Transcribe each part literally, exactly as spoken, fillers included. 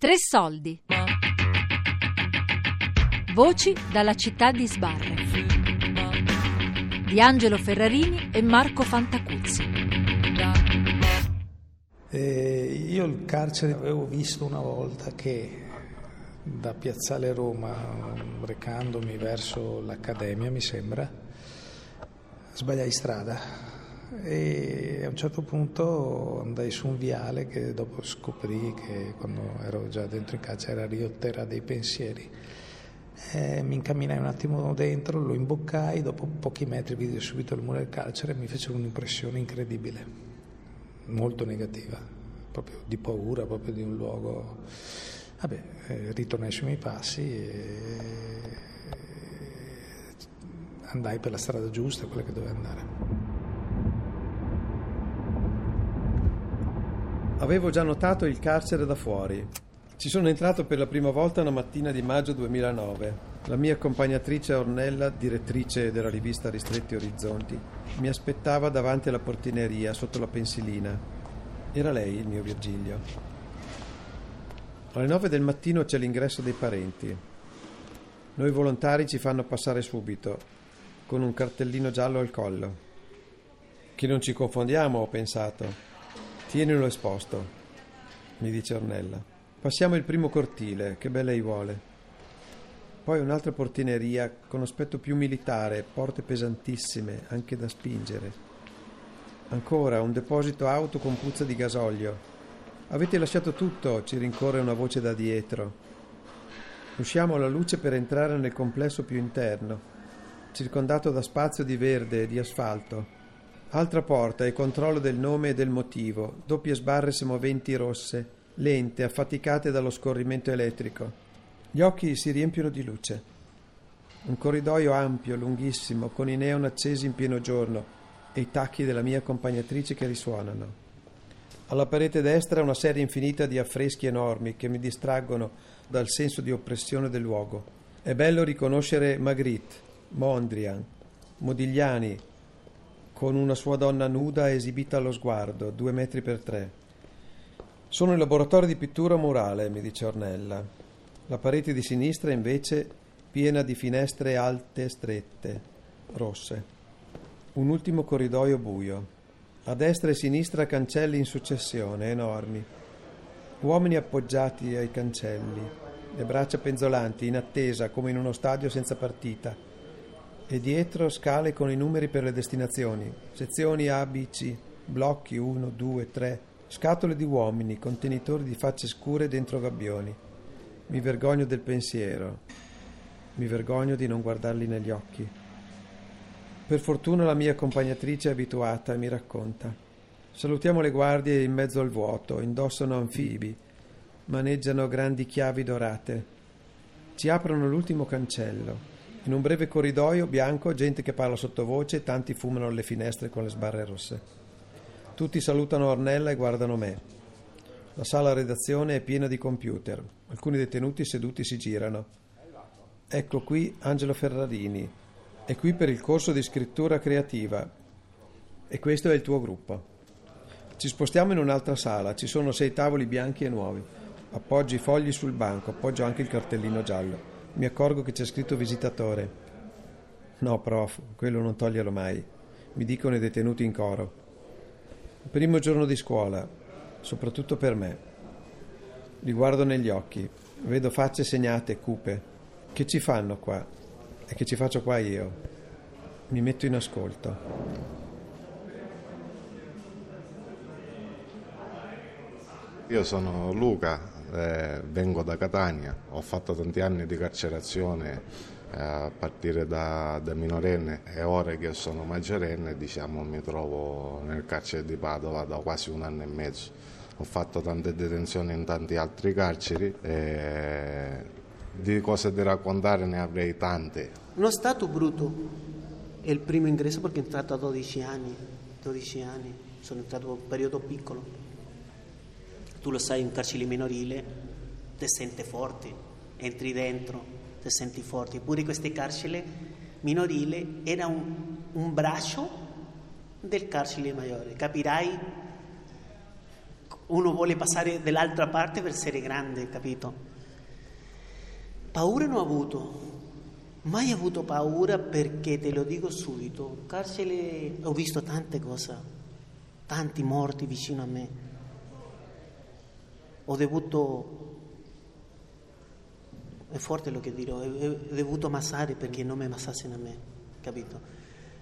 Tre soldi. Voci dalla città di Sbarre di Angelo Ferrarini e Marco Fantacuzzi. Eh, io il carcere avevo visto una volta che da Piazzale Roma, recandomi verso l'Accademia, mi sembra, sbagliai strada e a un certo punto andai su un viale che dopo scoprì che quando ero già dentro in carcere era Riottera dei Pensieri. Eh, mi incamminai un attimo dentro, lo imboccai, dopo pochi metri vidi subito il muro del carcere e mi fece un'impressione incredibile, molto negativa, proprio di paura, proprio di un luogo. Vabbè, eh, ritornai sui miei passi e andai per la strada giusta, quella che dovevo andare. Avevo già notato il carcere da fuori. Ci sono entrato per la prima volta una mattina di maggio duemilanove. La mia accompagnatrice Ornella, direttrice della rivista Ristretti Orizzonti, mi aspettava davanti alla portineria sotto la pensilina. Era lei il mio Virgilio. Alle nove del mattino c'è l'ingresso dei parenti. Noi volontari ci fanno passare subito, con un cartellino giallo al collo. Che non ci confondiamo, ho pensato. Tienilo esposto, mi dice Ornella. Passiamo il primo cortile, che bella aiuole. Poi un'altra portineria con aspetto più militare, porte pesantissime, anche da spingere. Ancora un deposito auto con puzza di gasolio. Avete lasciato tutto, ci rincorre una voce da dietro. Usciamo alla luce per entrare nel complesso più interno, circondato da spazio di verde e di asfalto. Altra porta e controllo del nome e del motivo, doppie sbarre semoventi rosse, lente, affaticate dallo scorrimento elettrico. Gli occhi si riempiono di luce. Un corridoio ampio, lunghissimo, con i neon accesi in pieno giorno e i tacchi della mia accompagnatrice che risuonano. Alla parete destra una serie infinita di affreschi enormi che mi distraggono dal senso di oppressione del luogo. È bello riconoscere Magritte, Mondrian, Modigliani, con una sua donna nuda esibita allo sguardo, due metri per tre. Sono il laboratorio di pittura murale, mi dice Ornella. La parete di sinistra invece piena di finestre alte e strette, rosse. Un ultimo corridoio buio. A destra e sinistra cancelli in successione, enormi. Uomini appoggiati ai cancelli, le braccia penzolanti, in attesa, come in uno stadio senza partita. E dietro scale con i numeri per le destinazioni, sezioni A, B, C, blocchi uno, due, tre, scatole di uomini, contenitori di facce scure dentro gabbioni. Mi vergogno del pensiero, mi vergogno di non guardarli negli occhi. Per fortuna la mia accompagnatrice è abituata e mi racconta. Salutiamo le guardie in mezzo al vuoto, indossano anfibi, maneggiano grandi chiavi dorate. Ci aprono l'ultimo cancello. In un breve corridoio bianco, gente che parla sottovoce, tanti fumano alle finestre con le sbarre rosse. Tutti salutano Ornella e guardano me. La sala redazione è piena di computer. Alcuni detenuti seduti si girano. Ecco qui Angelo Ferrarini. È qui per il corso di scrittura creativa. E questo è il tuo gruppo. Ci spostiamo in un'altra sala. Ci sono sei tavoli bianchi e nuovi. Appoggio i fogli sul banco, appoggio anche il cartellino giallo. Mi accorgo che c'è scritto visitatore. No, prof, quello non toglierlo mai, mi dicono i detenuti in coro. Primo giorno di scuola, soprattutto per me. Li guardo negli occhi, vedo facce segnate, cupe. Che ci fanno qua? E che ci faccio qua io? Mi metto in ascolto. Io sono Luca. Eh, vengo da Catania, ho fatto tanti anni di carcerazione eh, a partire da, da minorenne e ora che sono maggiorenne, diciamo, mi trovo nel carcere di Padova da quasi un anno e mezzo. Ho fatto tante detenzioni in tanti altri carceri e di cose da raccontare ne avrei tante. Non è stato brutto il primo ingresso perché è entrato a dodici anni, dodici anni, sono entrato in un periodo piccolo. Tu lo sai, un carcere minorile ti senti forte, entri dentro, ti senti forte. Eppure questo carcere minorile era un, un braccio del carcere maggiore. Capirai uno vuole passare dall'altra parte per essere grande, capito? Paura non ho avuto, mai avuto paura, perché te lo dico subito, carcere ho visto tante cose, tanti morti vicino a me, ho dovuto, è forte lo che dirò, ho dovuto ammassare perché non mi amassassero a me, capito?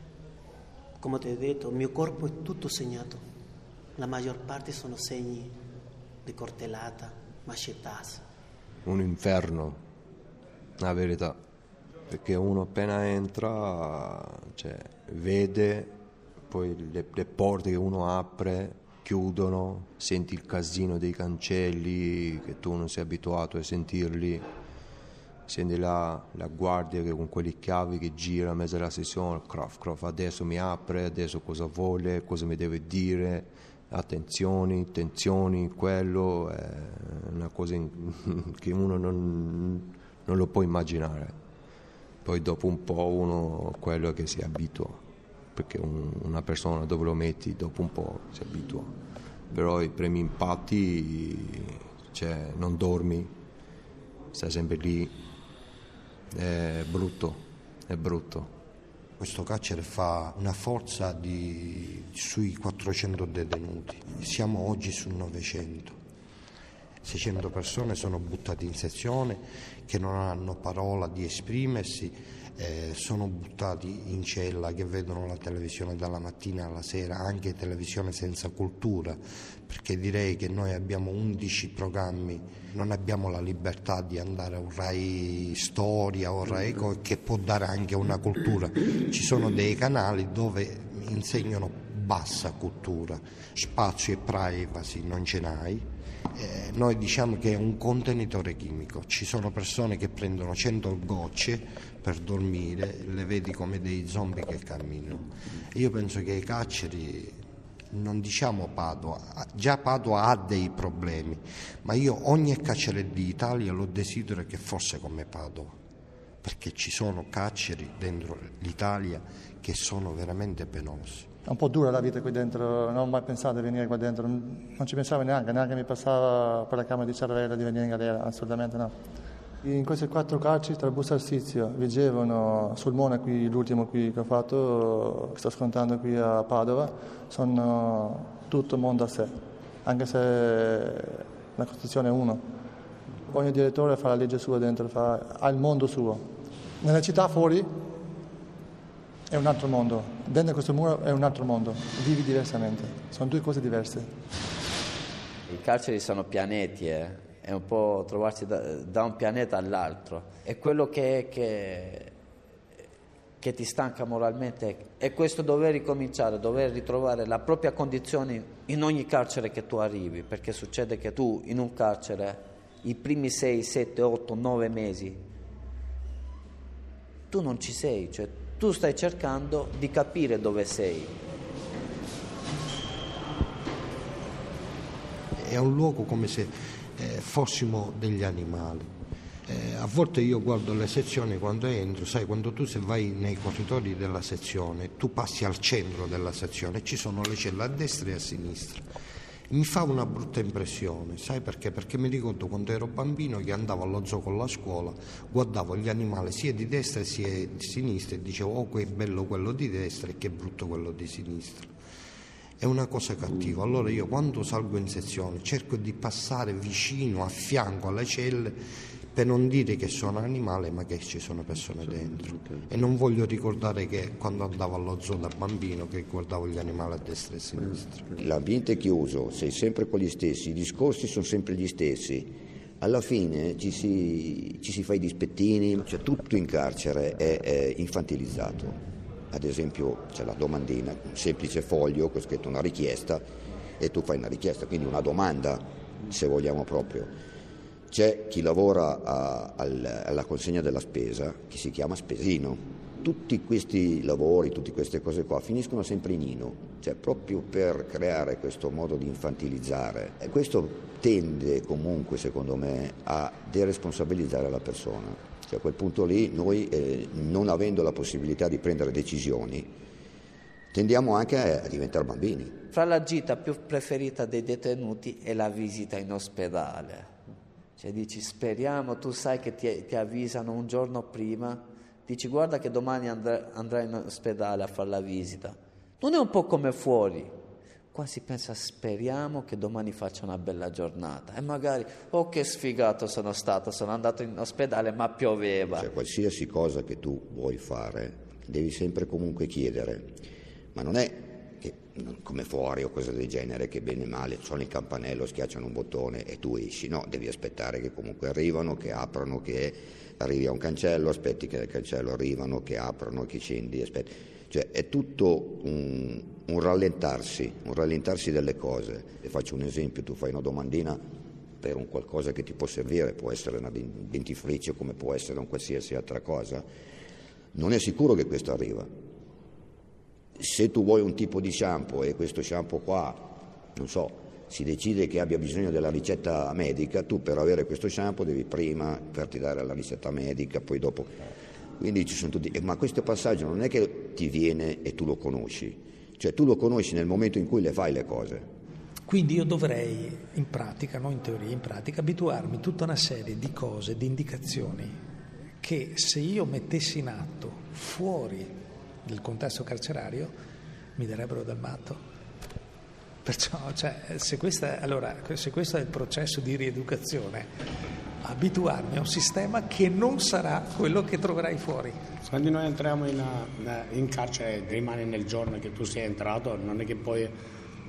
Come ti ho detto, il mio corpo è tutto segnato, la maggior parte sono segni di coltellata, macettata. Un inferno, la verità, perché uno appena entra, cioè, vede, poi le, le porte che uno apre chiudono, senti il casino dei cancelli che tu non sei abituato a sentirli. Senti la, la guardia che con quelle chiavi che gira a mezzo della sessione, crof, crof, adesso mi apre, adesso cosa vuole, cosa mi deve dire, attenzioni, tensioni, quello è una cosa in, che uno non, non lo può immaginare. Poi dopo un po' uno quello che si abitua, perché un, una persona dove lo metti dopo un po' si abitua. Però i primi impatti, cioè non dormi, stai sempre lì. È brutto, è brutto. Questo carcere fa una forza di, sui quattrocento detenuti, siamo oggi su novecento. seicento persone sono buttate in sezione, che non hanno parola di esprimersi, eh, sono buttati in cella, che vedono la televisione dalla mattina alla sera, anche televisione senza cultura, perché direi che noi abbiamo undici programmi, non abbiamo la libertà di andare a un Rai Storia o Rai Co, che può dare anche una cultura. Ci sono dei canali dove insegnano bassa cultura, spazio e privacy non ce n'hai. Eh, noi diciamo che è un contenitore chimico, ci sono persone che prendono cento gocce per dormire, le vedi come dei zombie che camminano. Io penso che i carceri, non diciamo Padova, già Padova ha dei problemi, ma io ogni carcere d'Italia lo desidero che fosse come Padova, perché ci sono carceri dentro l'Italia che sono veramente penosi. È un po' dura la vita qui dentro, non ho mai pensato di venire qua dentro, non ci pensavo neanche, neanche mi passava per la camera di cervello di venire in galera, assolutamente no. In questi quattro carceri tra Busto Arsizio, Vigevano, Sulmona, qui l'ultimo qui che ho fatto, che sto scontando qui a Padova, sono tutto mondo a sé, anche se la Costituzione è uno. Ogni direttore fa la legge sua dentro, fa, ha il mondo suo. Nella città fuori è un altro mondo, dentro questo muro è un altro mondo, vivi diversamente, sono due cose diverse. I carceri sono pianeti, eh. È un po' trovarsi da, da un pianeta all'altro, è quello che, che, che ti stanca moralmente, è questo dover ricominciare, dover ritrovare la propria condizione in ogni carcere che tu arrivi, perché succede che tu in un carcere i primi sei, sette, otto, nove mesi tu non ci sei, cioè tu stai cercando di capire dove sei. È un luogo come se eh, fossimo degli animali. Eh, a volte io guardo le sezioni quando entro, sai, quando tu se vai nei corridoi della sezione, tu passi al centro della sezione, ci sono le celle a destra e a sinistra. Mi fa una brutta impressione, sai perché? Perché mi ricordo quando ero bambino che andavo allo zoo con la scuola, guardavo gli animali sia di destra sia di sinistra e dicevo oh che bello quello di destra e che brutto quello di sinistra. È una cosa cattiva. Allora io quando salgo in sezione cerco di passare vicino, a fianco alle celle, per non dire che sono animale ma che ci sono persone dentro, e non voglio ricordare che quando andavo allo zoo da bambino che guardavo gli animali a destra e a sinistra. L'ambiente è chiuso, sei sempre con gli stessi, i discorsi sono sempre gli stessi, alla fine ci si, ci si fa i dispettini, cioè tutto in carcere è, è infantilizzato. Ad esempio c'è la domandina, un semplice foglio con scritto una richiesta e tu fai una richiesta, quindi una domanda se vogliamo proprio. C'è chi lavora a, al, alla consegna della spesa, che si chiama spesino. Tutti questi lavori, tutte queste cose qua finiscono sempre in ino, cioè proprio per creare questo modo di infantilizzare. E questo tende comunque, secondo me, a deresponsabilizzare la persona. Cioè a quel punto lì noi, eh, non avendo la possibilità di prendere decisioni, tendiamo anche a diventare bambini. Fra la gita più preferita dei detenuti è la visita in ospedale. Cioè dici speriamo, tu sai che ti, ti avvisano un giorno prima, dici guarda che domani andrà, andrai in ospedale a fare la visita. Non è un po' come fuori, qua si pensa speriamo che domani faccia una bella giornata e magari oh che sfigato sono stato, sono andato in ospedale ma pioveva. Cioè qualsiasi cosa che tu vuoi fare devi sempre comunque chiedere, ma non è che come fuori o cose del genere che bene o male suona il campanello, schiacciano un bottone e tu esci, no, devi aspettare che comunque arrivano, che aprono, che arrivi a un cancello, aspetti che dal cancello arrivano, che aprono, che scendi, aspetti. Cioè è tutto un, un rallentarsi, un rallentarsi delle cose. E faccio un esempio, tu fai una domandina per un qualcosa che ti può servire, può essere una dentifricio come può essere un qualsiasi altra cosa, non è sicuro che questo arriva. Se tu vuoi un tipo di shampoo e questo shampoo qua, non so, si decide che abbia bisogno della ricetta medica, tu per avere questo shampoo devi prima farti dare la ricetta medica, poi dopo... Quindi ci sono tutti, ma questo passaggio non è che ti viene e tu lo conosci, cioè tu lo conosci nel momento in cui le fai le cose. Quindi io dovrei in pratica, non in teoria, in pratica, abituarmi a tutta una serie di cose, di indicazioni che se io mettessi in atto fuori del contesto carcerario mi darebbero del matto. Perciò, cioè, se, questa, allora, se questo è il processo di rieducazione, abituarmi a un sistema che non sarà quello che troverai fuori. Quando noi entriamo in, in carcere, rimani nel giorno che tu sei entrato, non è che puoi eh,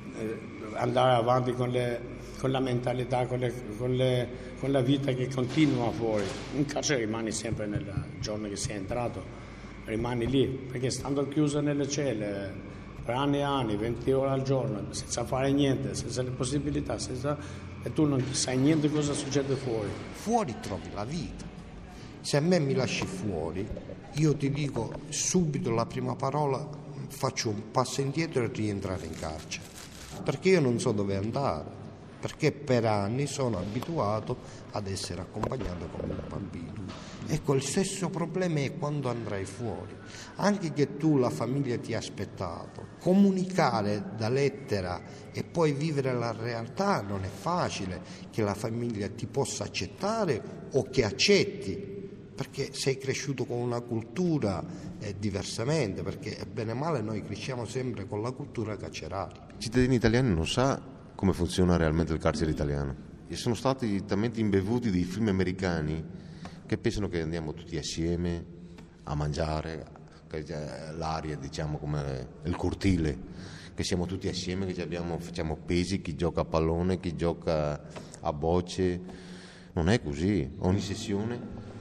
andare avanti con, le, con la mentalità, con, le, con, le, con la vita che continua fuori. In carcere rimani sempre nel giorno che sei entrato, rimani lì, perché stando chiuso nelle celle per anni e anni, venti ore al giorno, senza fare niente, senza le possibilità, senza... e tu non sai niente cosa succede fuori. Fuori trovi la vita. Se a me mi lasci fuori, io ti dico subito la prima parola, faccio un passo indietro e rientrare in carcere, perché io non so dove andare, perché per anni sono abituato ad essere accompagnato come un bambino. Ecco, il stesso problema è quando andrai fuori, anche che tu la famiglia ti ha aspettato, comunicare da lettera e poi vivere la realtà non è facile, che la famiglia ti possa accettare o che accetti, perché sei cresciuto con una cultura eh, diversamente, perché bene o male noi cresciamo sempre con la cultura carceraria. I cittadini italiani non sa come funziona realmente il carcere italiano e sono stati talmente imbevuti dei film americani che pensano che andiamo tutti assieme a mangiare, che l'aria diciamo come il cortile, che siamo tutti assieme, che abbiamo, facciamo pesi, chi gioca a pallone, chi gioca a bocce. Non è così. Ogni sessione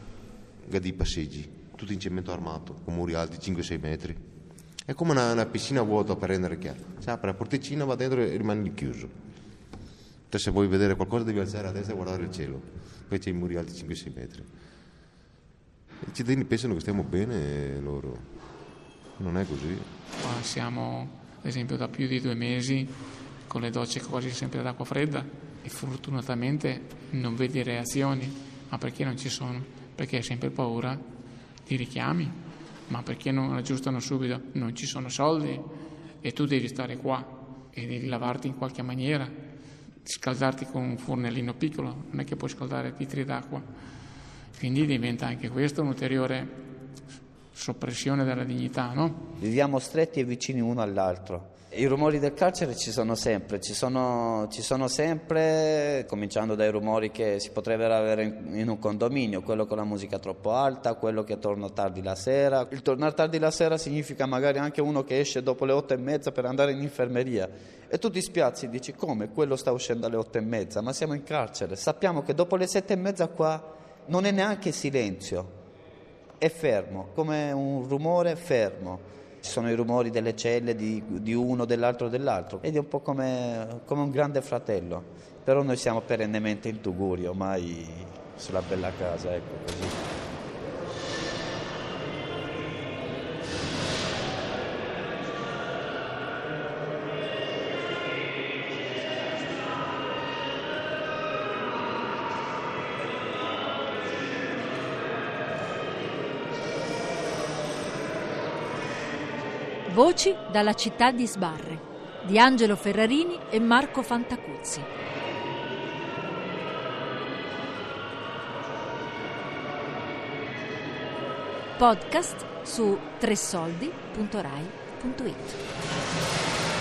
ha dei passeggi, tutti in cemento armato, con muri alti cinque sei metri. È come una, una piscina vuota per rendere chiaro. Si apre la porticina, va dentro e rimane lì chiuso. Te se vuoi vedere qualcosa devi alzare la testa e guardare il cielo. Poi c'è i muri alti cinque sei metri. I cittadini pensano che stiamo bene e loro non è così. Qua siamo ad esempio da più di due mesi con le docce quasi sempre d'acqua fredda e fortunatamente non vedi reazioni. Ma perché non ci sono? Perché hai sempre paura di richiami. Ma perché non aggiustano subito? Non ci sono soldi e tu devi stare qua e devi lavarti in qualche maniera, scaldarti con un fornellino piccolo, non è che puoi scaldare litri d'acqua. Quindi diventa anche questo un'ulteriore soppressione della dignità, no? Viviamo stretti e vicini uno all'altro. I rumori del carcere ci sono sempre, ci sono, ci sono sempre, cominciando dai rumori che si potrebbero avere in, in un condominio, quello con la musica troppo alta, quello che torna tardi la sera. Il tornare tardi la sera significa magari anche uno che esce dopo le otto e mezza per andare in infermeria e tu ti spiazzi e dici come, quello sta uscendo alle otto e mezza, ma siamo in carcere, sappiamo che dopo le sette e mezza qua non è neanche silenzio, è fermo, come un rumore fermo. Ci sono i rumori delle celle di, di uno, dell'altro, dell'altro ed è un po' come, come un grande fratello, però noi siamo perennemente in tugurio, ormai sulla bella casa, ecco così. Voci dalla città di Sbarre di Angelo Ferrarini e Marco Fantacuzzi. Podcast su tre soldi punto rai punto it.